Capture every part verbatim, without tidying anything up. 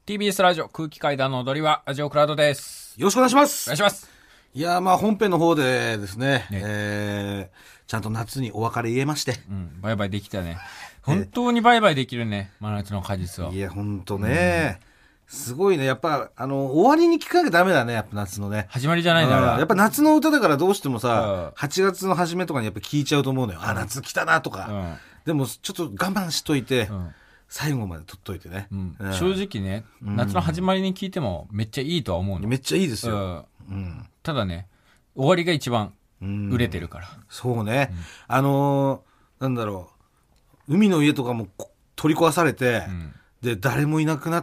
ティービーエス ラジオ空気階段の踊りはラジオクラウドです。 よろしくお願いします。 お願いします。 いやーまあ本編の方でですね、 ねえー、ちゃんと夏にお別れ言えまして、 うん、バイバイできたね。本当にバイバイできるね、真夏の果実は。 いや本当ね、うん、すごいね。やっぱあの終わりに聞かなきゃダメだね、やっぱ夏のね始まりじゃないんだから。 やっぱ夏の歌だからどうしてもさ、はちがつの初めとかにやっぱ聞いちゃうと思うのよ、うん、あ夏来たなとか、うん、でもちょっと我慢しといて、うん最後まで撮っといてね、うんうん、正直ね、うん、夏の始まりに聞いてもめっちゃいいとは思うの。 めっちゃいいですよ、 うん、ただね終わりが一番売れてるから、うん、 そうね、うん、あのー、なんだろう海の家とかも取り壊されて、うん、で誰もいなくなって、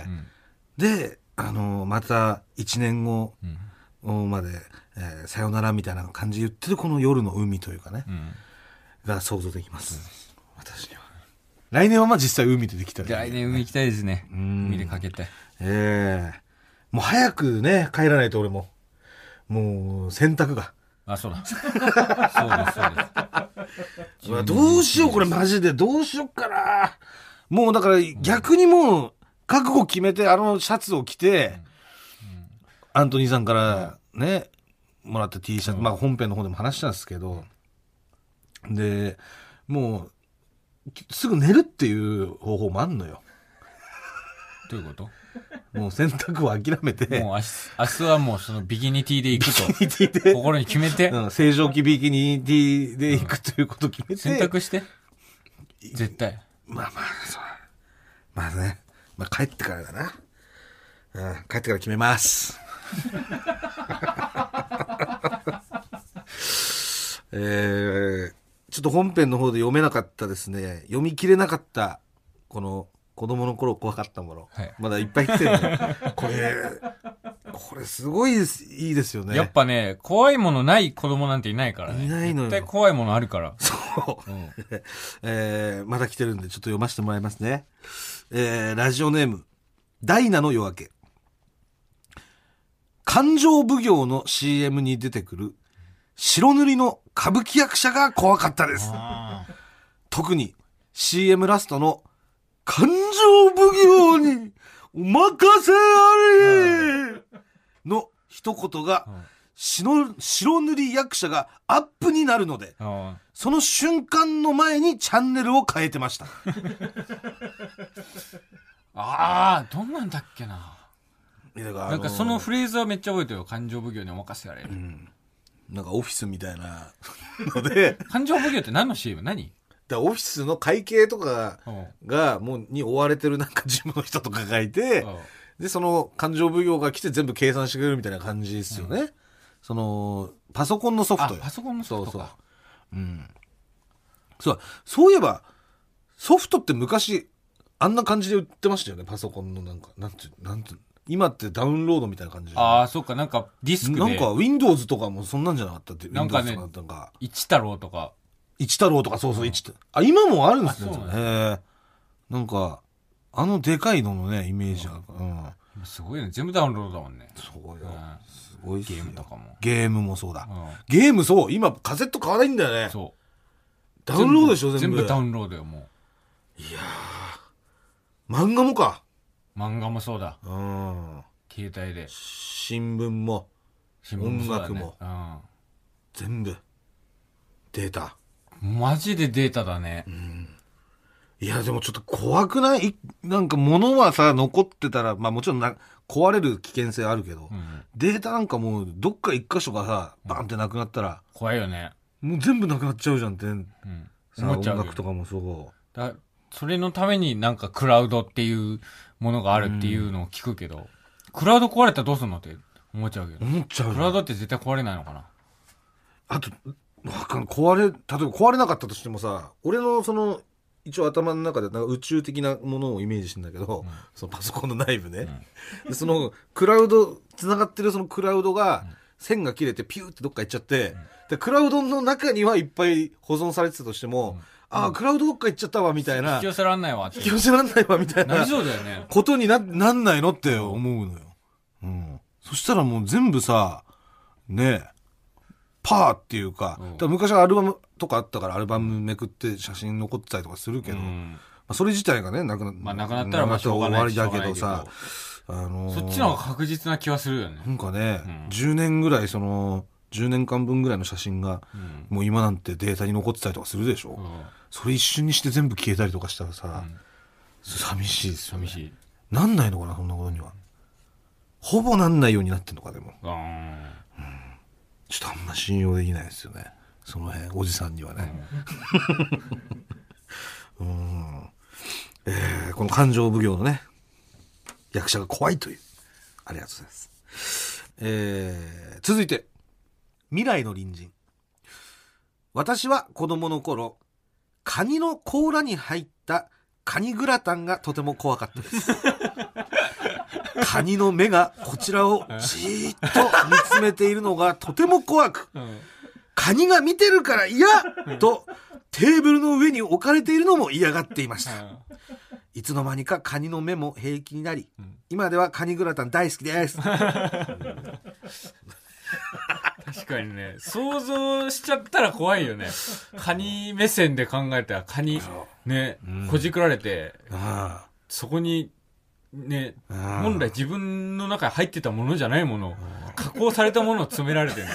うん、で、あのー、またいちねんごまで、えー、さよならみたいな感じで言ってるこの夜の海というかね、うん、が想像できます、うん、私には。来年はまあ実際海でできたらいい、ね、 来年海行きたいですね。海でかけて。 ええー、もう早くね帰らないと俺ももう洗濯が。 あ、そうだ。そうですそうです。どうしようこれマジでどうしよっかな。もうだから逆にもう覚悟決めてあのシャツを着て、うんうん、アントニーさんからね、うん、もらった T シャツ、うん、まあ本編の方でも話したんですけど、でもうすぐ寝るっていう方法もあんのよ。 どういうこと？ もう洗濯を諦めてもう明日、明日はもうそのビキニ T で行くとビキニ T で心に決めて、 うん、正常期ビキニ T で行くということを決めて、 洗濯して絶対まあまあそうまあね、まあ、帰ってからだな、うん、帰ってから決めますえーちょっと本編の方で読めなかったですね、読み切れなかったこの子供の頃怖かったもの、はい、まだいっぱい来てるのこれこれすごいですいいですよね。 やっぱね怖いものない子供なんていないからね。 いないのよ。 絶対怖いものあるから。 そう、うんえー、まだ来てるんでちょっと読ませてもらいますね、えー、ラジオネームダイナの夜明け。感情奉行の シーエム に出てくる白塗りの歌舞伎役者が怖かったです。特に シーエム ラストの感情奉行にお任せあれの一言が白、白塗り役者がアップになるので、その瞬間の前にチャンネルを変えてましたあーどんなんだっけな。 だから、あのー、 なんかそのフレーズはめっちゃ覚えてるよ。感情奉行にお任せあれ、うん、 なんかオフィスみたいなので感情奉行って何の シーエム？ 何だオフィスの会計とかがもうに追われてるなんか事務の人とかがいて、でその感情奉行が来て全部計算してくれるみたいな感じですよね、うん、そのパソコンのソフトよ。 パソコンのソフトか。 そうそう、うん、そうそういえばソフトって昔あんな感じで売ってましたよね。パソコンのなんかなんてなんて今ってダウンロードみたいな感じで、ね、 ああそっかなんかディスクでなんか Windows とかもそんなんじゃなかったって。 なんかね一太郎とか一太郎とかそうそう、うん、一あ今もあるんですね。へえ。なんかあのでかいののねイメージが、うんうん、すごいね。全部ダウンロードだもんね。 そうよ、うん、すごいっすよ。 ゲームとかもゲームもそうだ、うん、ゲームそう今カセット買わないんだよね。そうダウンロードでしょ。全部全部ダウンロードよもう。いやー漫画もか。 漫画もそうだ、 うん、 携帯で新聞も新聞も、ね、音楽も、うん、全部データマジでデータだね、 うん、いやでもちょっと怖くない？なんか物はさ残ってたらまあもちろんな壊れる危険性あるけど、うん、データなんかもうどっか一箇所がさバンってなくなったら、うん、 怖いよね。 もう全部なくなっちゃうじゃんって、うん、さ音楽とかもそうだ。それのためになんかクラウドっていうものがあるっていうのを聞くけど、うん、クラウド壊れたらどうするのって思っちゃうけど。 思っちゃう。 クラウドって絶対壊れないのかな。 あと壊れ例えば壊れなかったとしてもさ、俺のその一応頭の中でなんか宇宙的なものをイメージしてんだけど、うん、そのパソコンの内部ね、うん、でそのクラウドつながってるそのクラウドが、うん、線が切れてピューってどっか行っちゃって、うん、でクラウドの中にはいっぱい保存されてたとしても、うんああ、うん、クラウドどっか行っちゃったわみたいな、 引き寄せらんないわって引き寄せらんないわみたいななりそうだよね。 ことに な, なんないのって思うのよ、うん、そしたらもう全部さねえパーっていうか、うん、だから昔はアルバムとかあったからアルバムめくって写真残ってたりとかするけど、うん、 あ、それ自体がね、なくな、 まあなくなったらまあしょうがない終わりだけどさ、あのー、 そっちの方が確実な気はするよね。 なんかね、 うん、 じゅうねんぐらいその、じゅうねんかんぶんぐらいの写真が、うん、もう今なんてデータに残ってたりとかするでしょ、うん、それ一瞬にして全部消えたりとかしたらさ、うん、寂しいですよね。寂しい。なんないのかな、そんなことには。ほぼなんないようになってんのか、でも。うん、ちょっとあんま信用できないですよね。その辺、おじさんにはね。うんうんえー、この勘定奉行のね、役者が怖いという。ありがとうございます。えー、続いて、未来の隣人。私は子供の頃、カニの甲羅に入ったカニグラタンがとても怖かったです。カニの目がこちらをじーっと見つめているのがとても怖く、カニが見てるから嫌とテーブルの上に置かれているのも嫌がっていました。いつの間にかカニの目も平気になり、今ではカニグラタン大好きです。 確かにね、想像しちゃったら怖いよね。カニ目線で考えたらカニね、こじくられて、そこにね、本来自分の中に入ってたものじゃないものを、加工されたものを詰められてね。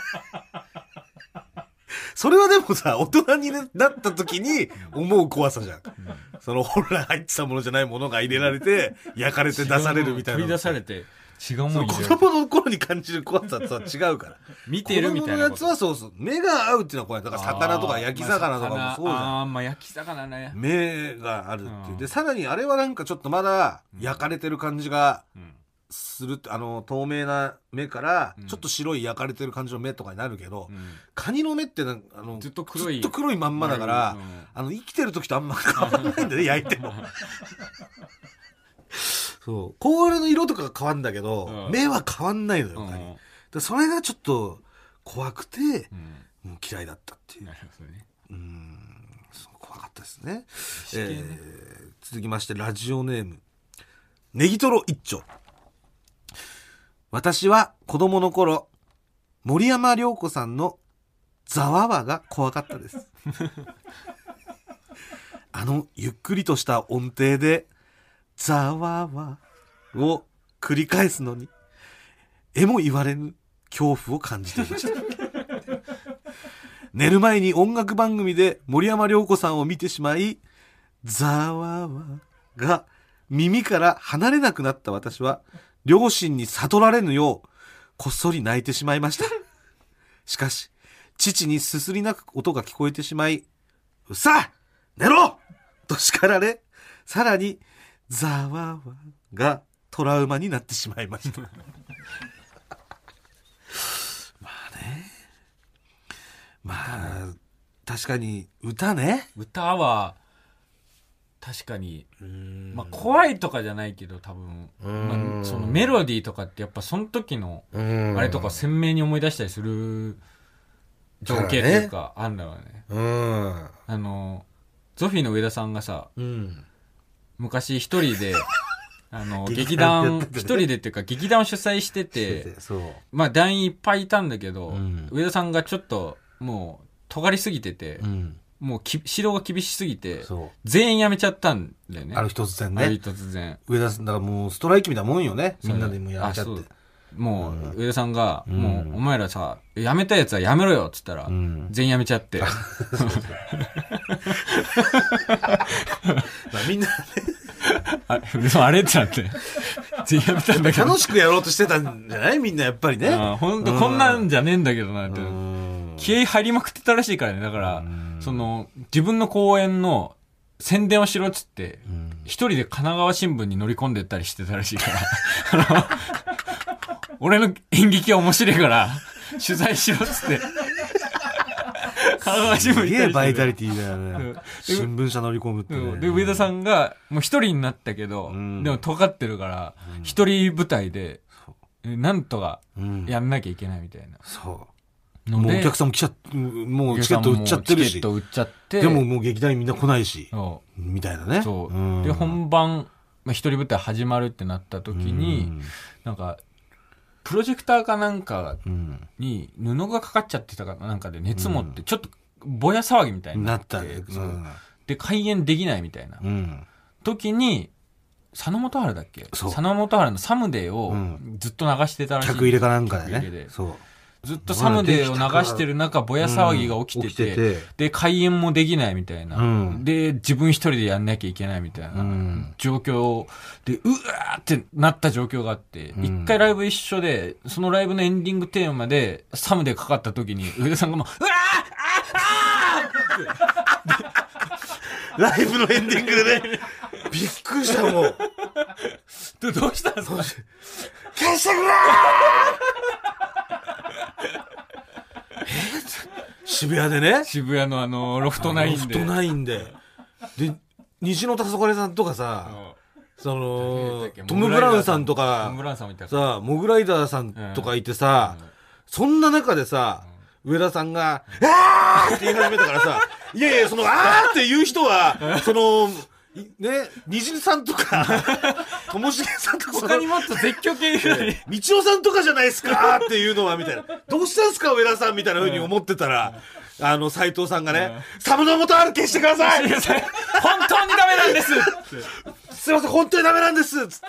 それはでもさ、大人になった時に思う怖さじゃん。うん、その本来入ってたものじゃないものが入れられて、焼かれて出されるみたいな。 取り出されて、違うもん入れられて。子供の頃に感じる怖さとは違うから。 見てるみたいなこと。 子供のやつはそうそう。目が合うっていうのは怖い。だから魚とか焼き魚とかもそうじゃん。 ああ、まあ焼き魚ね。 目があるっていう。で、さらにあれはなんかちょっとまだ焼かれてる感じが、うんするって、あの透明な目からちょっと白い焼かれてる感じの目とかになるけど、うん、カニの目ってなあのずっと黒いずっと黒いまんまだから、うん、あの生きてる時とあんま変わらないんだね焼いてもそう甲羅の色とかが変わるんだけど、うん、目は変わんないのよ、うん、カニでそれがちょっと怖くて、うん、もう嫌いだったっていう。なるほどね。うん怖かったですね、えー、続きましてラジオネームネギトロ一丁。私は子供の頃、森山良子さんのザワワが怖かったです。あのゆっくりとした音程でザワワを繰り返すのに、えも言われぬ恐怖を感じていました。寝る前に音楽番組で森山良子さんを見てしまい、ザワワが耳から離れなくなった私は、両親に悟られぬようこっそり泣いてしまいました。しかし父にすすり泣く音が聞こえてしまい、うっさ寝ろと叱られ、さらにザワワがトラウマになってしまいました。まあね、まあ確かに歌ね、 歌は確かに、まあ、怖いとかじゃないけど多分、まあ、そのメロディーとかってやっぱその時のあれとか鮮明に思い出したりする情景っていうかあるんだろうね。うんあのゾフィーの上田さんがさ、うん、昔一人であの劇団一人でっていうか劇団を主催してて、そうまあ団員いっぱいいたんだけど、うん、上田さんがちょっともう尖りすぎてて、うんもうき指導が厳しすぎて全員辞めちゃったんだよね。 ある日突然ね。 ある日突然上田さんだからもうストライキみたいなもんよね。みんなでもう辞めちゃって、 もう、うん、上田さんが、うん、もうお前らさ辞めたやつは辞めろよっつったら、うん、全員辞めちゃってまあみんなねあ, あれってなって全員辞めたんだけど楽しくやろうとしてたんじゃない、みんなやっぱりね。 ほんとこんなんじゃねえんだけどなって、うん、気合入りまくってたらしいからね。だから、うんその自分の公演の宣伝をしろっつって、うん、一人で神奈川新聞に乗り込んでったりしてたらしいから俺の演劇は面白いから取材しろっつって神奈川新聞に行ったりして、すげえバイタリティだよね。 新聞社乗り込むってね。 で上田さんがもう一人になったけど、うん、でも尖ってるから一、うん、人舞台でなんとかやんなきゃいけないみたいな、うん、 そうもうお客さんも来ちゃってもうチケット売っちゃってるし、 チケット売っちゃってでももう劇団員みんな来ないしみたいなね。 そう、うん、で本番、まあ、一人舞台始まるってなった時に、うん、なんかプロジェクターかなんかに布がかかっちゃってたかなんかで熱持ってちょっとぼや騒ぎみたいになって、うん、 で、開演できないみたいな。 うん。 時に、佐野元春だっけ？ そう佐野元春のサムデーをずっと流してたらしい。 客入れかなんかでね。 客入れでそう。 ずっとサムデーを流してる中、ぼや騒ぎが起きてて、うん、起きててで、開演もできないみたいな、うん。で、自分一人でやんなきゃいけないみたいな、うん、状況で、うわーってなった状況があって、一、うん、回ライブ一緒で、そのライブのエンディングテーマで、サムデーかかった時に、上田さんがもう、うわーあーライブのエンディングでね、びっくりしたもう。 ど, どうしたんですか？ 消してくれー渋谷でね。 渋谷のあの、ロフトナインで。 ロフトナインで。で、西野黄昏さんとかさ、その、トム・ブラウンさんとか、 トム・ブラウンさんもいたさ、モグライダーさんとかいてさ、うん、そんな中でさ、うん、上田さんが、あーって言い始めたからさ、いやいや、その、あーって言う人は、その、ね、虹さんとか、ともしげさんとか、 他にもっと絶叫系以外に、道夫さんとかじゃないですかっていうのは、みたいな。どうしたんすか、上田さんみたいな風に思ってたら、うん、あの、斉藤さんがね、うん、サムの元ある消してください本当にダメなんですすいません、本当にダメなんですつって。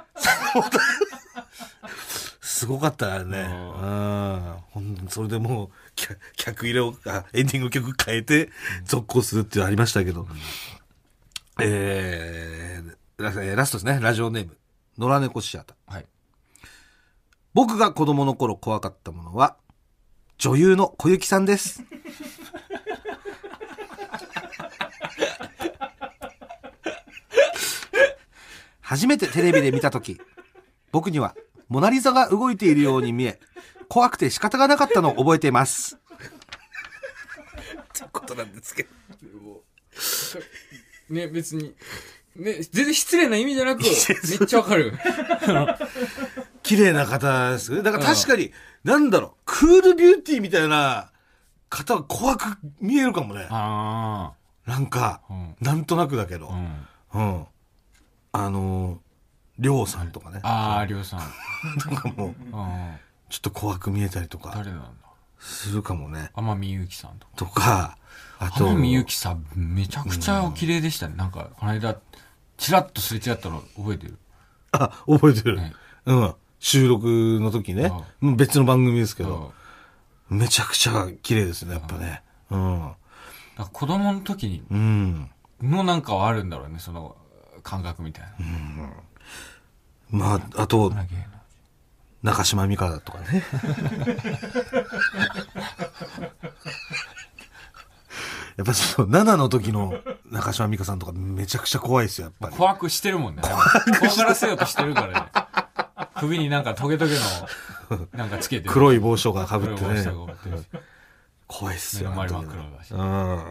すごかったね。うん。ほんそれでもう、客入れを、あ、エンディング曲変えて、続行するっていうのありましたけど。うん、えー、ラストですね。ラジオネーム。野良猫シアター。はい。僕が子供の頃怖かったものは、女優の小雪さんです。初めてテレビで見たとき、僕にはモナリザが動いているように見え、怖くて仕方がなかったのを覚えています。ってことなんですけど。 ね、別に、ね、全然失礼な意味じゃなく、めっちゃわかる。 綺麗な方ですよね。だから確かに、なんだろう、クールビューティーみたいな方は怖く見えるかもね。あなんか、うん、なんとなくだけど。うん。うん、あのー、りょうさんとかね。 ああ、りょうさん。 とかも、ちょっと怖く見えたりとか。 誰なんだするかもね。 天海祐希さんとか。 とか、あと。 天海祐希さん、めちゃくちゃお綺麗でしたね。うん、なんか、この間、チラッとすれ違ったの覚えてる？ あ、覚えてる。ね、うん。収録の時ね。別の番組ですけど。めちゃくちゃ綺麗ですね、やっぱね。うん。だから子供の時に、うん。のなんかはあるんだろうね、その感覚みたいな。 うん。まあ、あと、中島美嘉とかね。やっぱその、ななの時の中島美嘉さんとかめちゃくちゃ怖いですよ、やっぱり。 怖くしてるもんね。怖がらせようとしてるからね。首になんかトゲトゲの、なんかつけてる。 黒い帽子が被ってね。怖いっすよ。 目の周り真っ黒だし。 うん。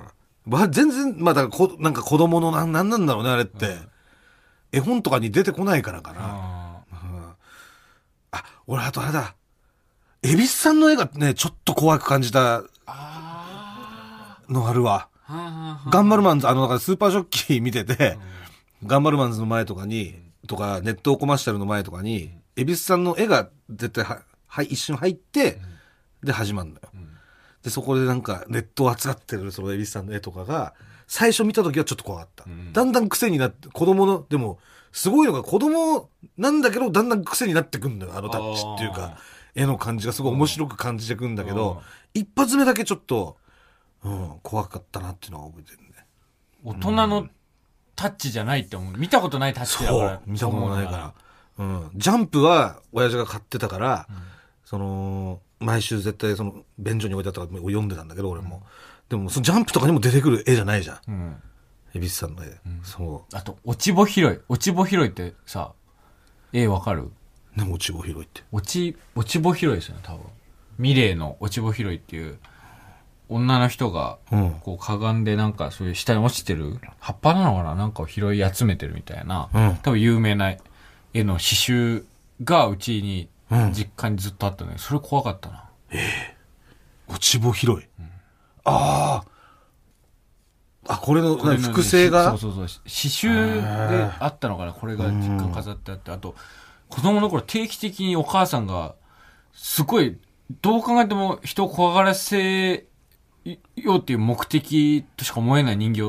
まあ、全然、まあ、だからこ、なんか子供のなん、なんなんだろうね、あれって。うん、絵本とかに出てこないからかな。あ、うん、あ、俺、あとあれだ。恵比寿さんの絵がね、ちょっと怖く感じたのあるわ。ガンバルマンズ、あの、だからスーパージョッキー見てて、うん、ガンバルマンズの前とかに、とか、ネットコマーシャルの前とかに、恵比寿さんの絵が絶対は、はい、一瞬入って、うん、で、始まるのよ。うん、で、そこでなんか、ネットを扱ってる、その恵比寿さんの絵とかが、最初見た時はちょっと怖かった。うん、だんだん癖になって、子供の、でも、すごいのが子供なんだけど、だんだん癖になってくんだよ、あのタッチっていうか、絵の感じがすごい面白く感じてくんだけど、一発目だけちょっと、うん、怖かったなっていうのは覚えてるね。 大人のタッチじゃないって思う。見たことないタッチだから。そう、 見たことないから。うん。ジャンプは親父が買ってたから、うん、その、毎週絶対その、便所に置いてあったから読んでたんだけど、俺も。うん、でも、そのジャンプとかにも出てくる絵じゃないじゃん。うん。恵比寿さんの絵。うん、そう。 あと、落ち穂拾い。落ち穂拾いってさ、絵わかる？ ね、落ち穂拾いって。 落ち、落ち穂拾いですよね、多分。ミレーの落ち穂拾いっていう、女の人が、こう、かがんでなんか、そういう下に落ちてる、葉っぱなのかななんかを拾い集めてるみたいな、うん、多分有名な絵の刺繍がうちに、実家にずっとあったので、それ怖かったな。 ええー。落ち穂拾い。うん、ああ。あ、これの、これの複製がそうそうそう。刺繍であったのかなこれが実家飾ってあって、あと、子供の頃定期的にお母さんが、すごい、どう考えても人を怖がらせようっていう目的としか思えない人形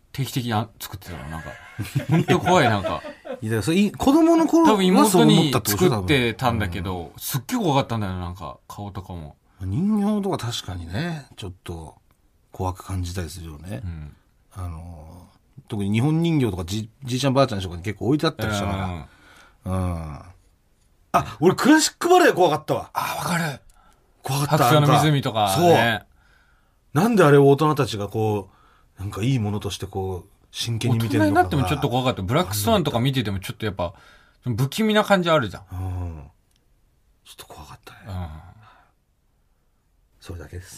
定期的に作ってたの、なんか。本当怖い、なんか。 いや、それい子供の頃多分妹にはそう思ったってことでしょ作ってたんだけど、すっげえ怖かったんだよ、なんか、顔とかも。 人形とか確かにね、ちょっと怖く感じたりするよね。 うん。 あのー、特に日本人形とかじじいちゃんばあちゃんの人が結構置いてあったりしたから。うん。あ、俺クラシックバレエ怖かったわ。 あ、わかる。 怖かった。 白鳥の湖とか、ね。 そう。なんであれを大人たちがこう、なんかいいものとしてこう、真剣に見てるのかな。 大人になってもちょっと怖かった。ブラックスワンとか見ててもちょっとやっぱ、不気味な感じあるじゃん。 うん。ちょっと怖かったね。うん。それだけです。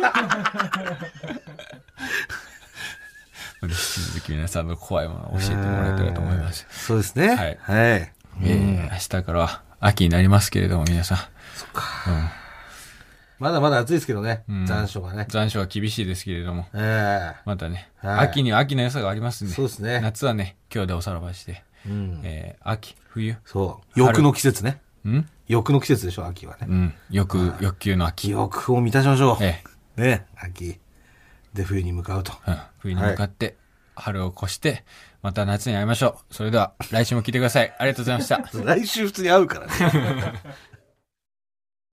引き続き皆さんの怖いものを教えてもらえたらと思います。 そうですね。はい。はい。 えー、明日からは秋になりますけれども、皆さん。 そっか。うん。まだまだ暑いですけどね。うん、残暑がね。 残暑は厳しいですけれども。ええー。またね、はい、秋には秋の良さがありますんで。 そうですね。 夏はね、今日でおさらばして。うん、えー、秋、冬。 そう。欲の季節ね。 ん欲の季節でしょ、秋はね。 うん。欲、欲求の秋。 欲を満たしましょう。 ええ。ね、秋。で、冬に向かうと。 うん。冬に向かって、はい、春を越して、また夏に会いましょう。それでは、来週も聞いてください。ありがとうございました。 来週普通に会うからね。